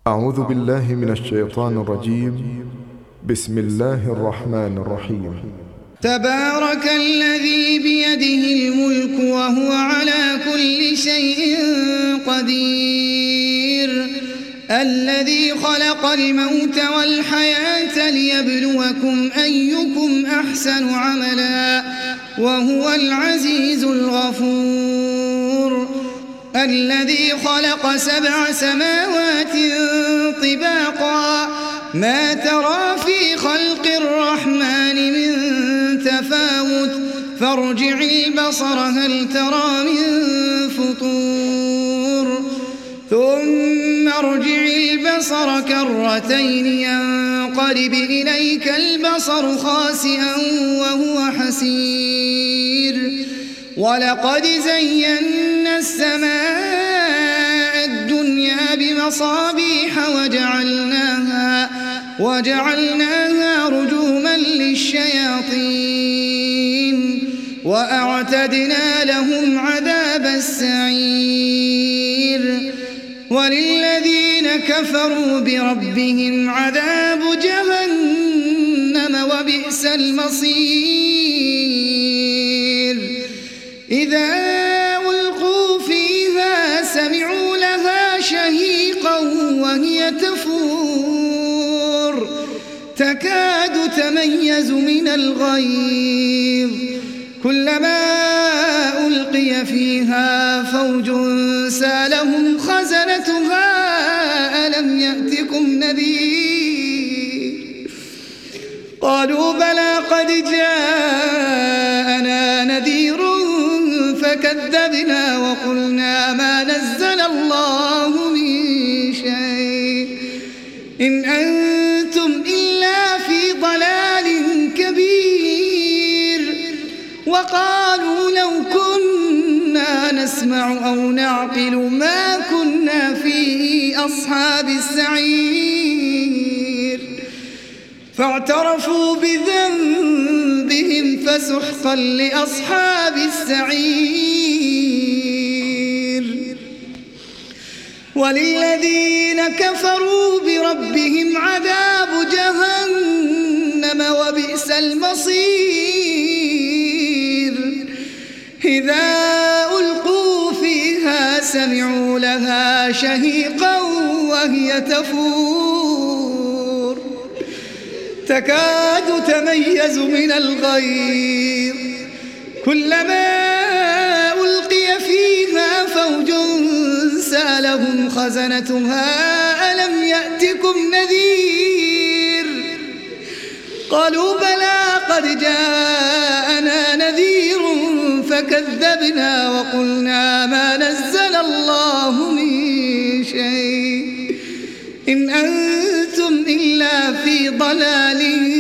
أعوذ بالله من الشيطان الرجيم. بسم الله الرحمن الرحيم. تبارك الذي بيده الملك وهو على كل شيء قدير، الذي خلق الموت والحياة ليبلوكم أيكم أحسن عملا وهو العزيز الغفور، الذي خلق 7 سماوات طباقا ما ترى في خلق الرحمن من تفاوت فارجع البصر هل ترى من فطور ثم ارجع البصر كرتين ينقلب إليك البصر خاسئا وهو حسير، ولقد زينا السماء الدنيا بمصابيح وجعلناها رجوما للشياطين وأعتدنا لهم عذاب السعير، وللذين كفروا بربهم عذاب جهنم وبئس المصير. إذا ألقوا فيها سمعوا لها شهيقا وهي تفور تكاد تميز من الغيظ، كلما ألقي فيها فوج سالهم خزنتها ألم يأتكم نذير، قالوا بلى قد جاءنا نذير فكذبنا وقلنا ما نزل الله من شيء إن أنتم إلا في ضلال كبير، وقالوا لو كنا نسمع أو نعقل ما كنا في أصحاب السعير، فاعترفوا بذنبهم فسحقا لأصحاب السعير. وللذين كفروا بربهم عذاب جهنم وبئس المصير. إذا ألقوا فيها سمعوا لها شهيقا وهي تفور تكاد تميز من الغيظ، كلما ألقي فيها فوج سالهم خزنتها ألم يأتكم نذير، قالوا بلى قد جاءنا نذير فكذبنا وقلنا ما نزل الله من شيء إن أنتم إلا في ضلال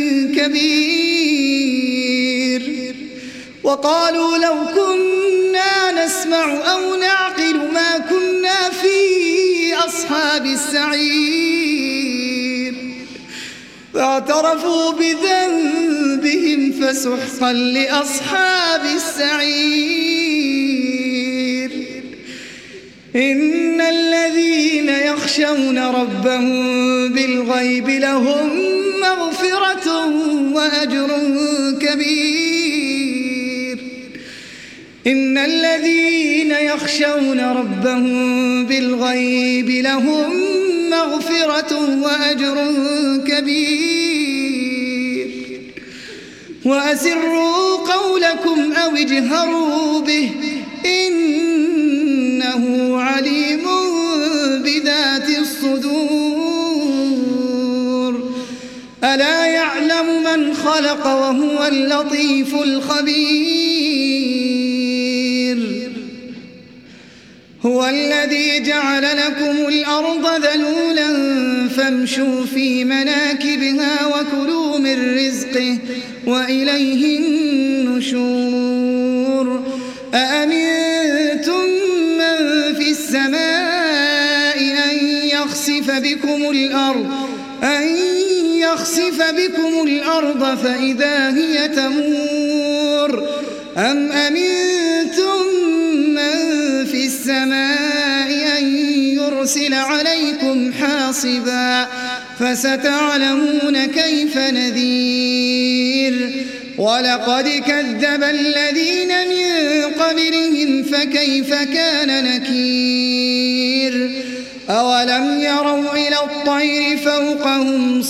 كبير، وقالوا لو كنا نسمع أو نعقل ما كنا في أصحاب السعير، فاعترفوا بذنبهم فسحقا لأصحاب السعير. إن الذين يخشون ربهم بالغيب لهم مغفرة وأجر كبير. إن الذين يخشون ربهم بالغيب لهم مغفرة وأجر كبير. وأسروا قولكم أو اجهروا به إنه عليم بذات الصدور. ألا يعلم من خلق وهو اللطيف الخبير. هو الذي جعل لكم الأرض ذلولا فامشوا في مناكبها وكلوا من رزقه وإليه النشور. أأمنتم من في السماء أن يخسف بكم الأرض فإذا هي تمور أم أمنتم من في السماء أن يرسل عليكم حاصبا فستعلمون كيف نذير ولقد كذب الذين من قبلهم فكيف كان نكير أولم يروا إلى الطير فوقهم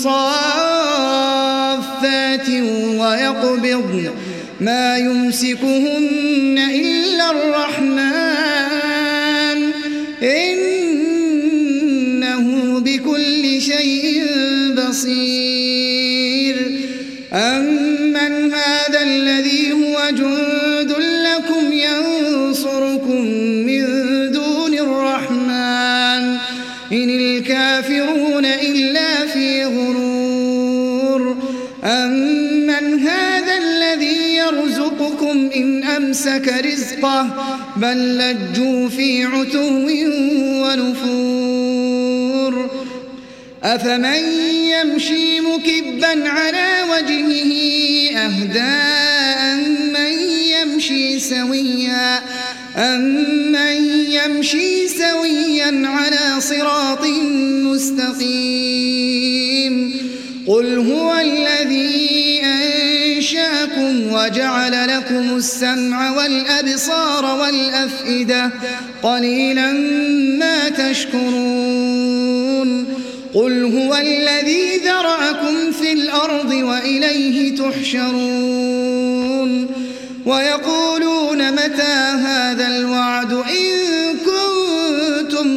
صافات ويقبضن ما يمسكهن إلا الرحمن إنه بكل شيء بصير أمن هذا الذي هو جند لكم ينصركم من دون الرحمن إن الكافرون إلا في غرور أمن هذا الذي يرزقكم إن أمسك رزقه بل لجوا في عتو ونفور أفمن يمشي مكبا على وجهه أهدى أمن يمشي سويا على صراط مستقيم قل هو الذي أنشاكم وجعل لكم السمع والأبصار والأفئدة قليلا ما تشكرون قل هو الذي ذرأكم في الأرض وإليه تحشرون ويقولون متى هذا الوعد إن كنتم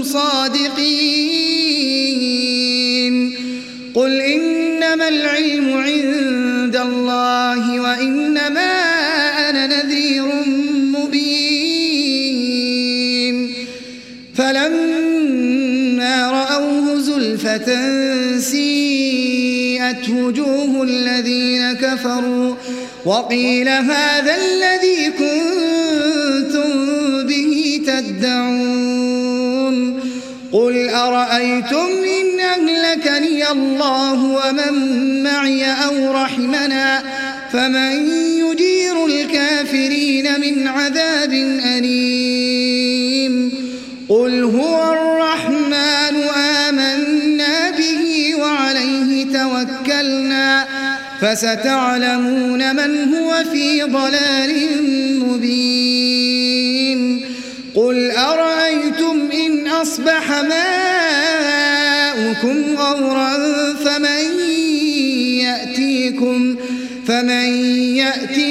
صادقين قل إنما العلم عند الله وإنما أنا نذير مبين فلما رأوه زلفة سيئت وجوه الذين كفروا وقيل هذا الذي كنتم به تدعون قل أرأيتم إن أهلكني الله ومن معي أو رحمنا فمن يجير الكافرين من عذاب أليم قل هو الرحمن آمنا به وعليه توكلنا فستعلمون من هو في ضلال مبين قل أرأيتم إن أصبح ماؤكم غورا فمن يأتيكم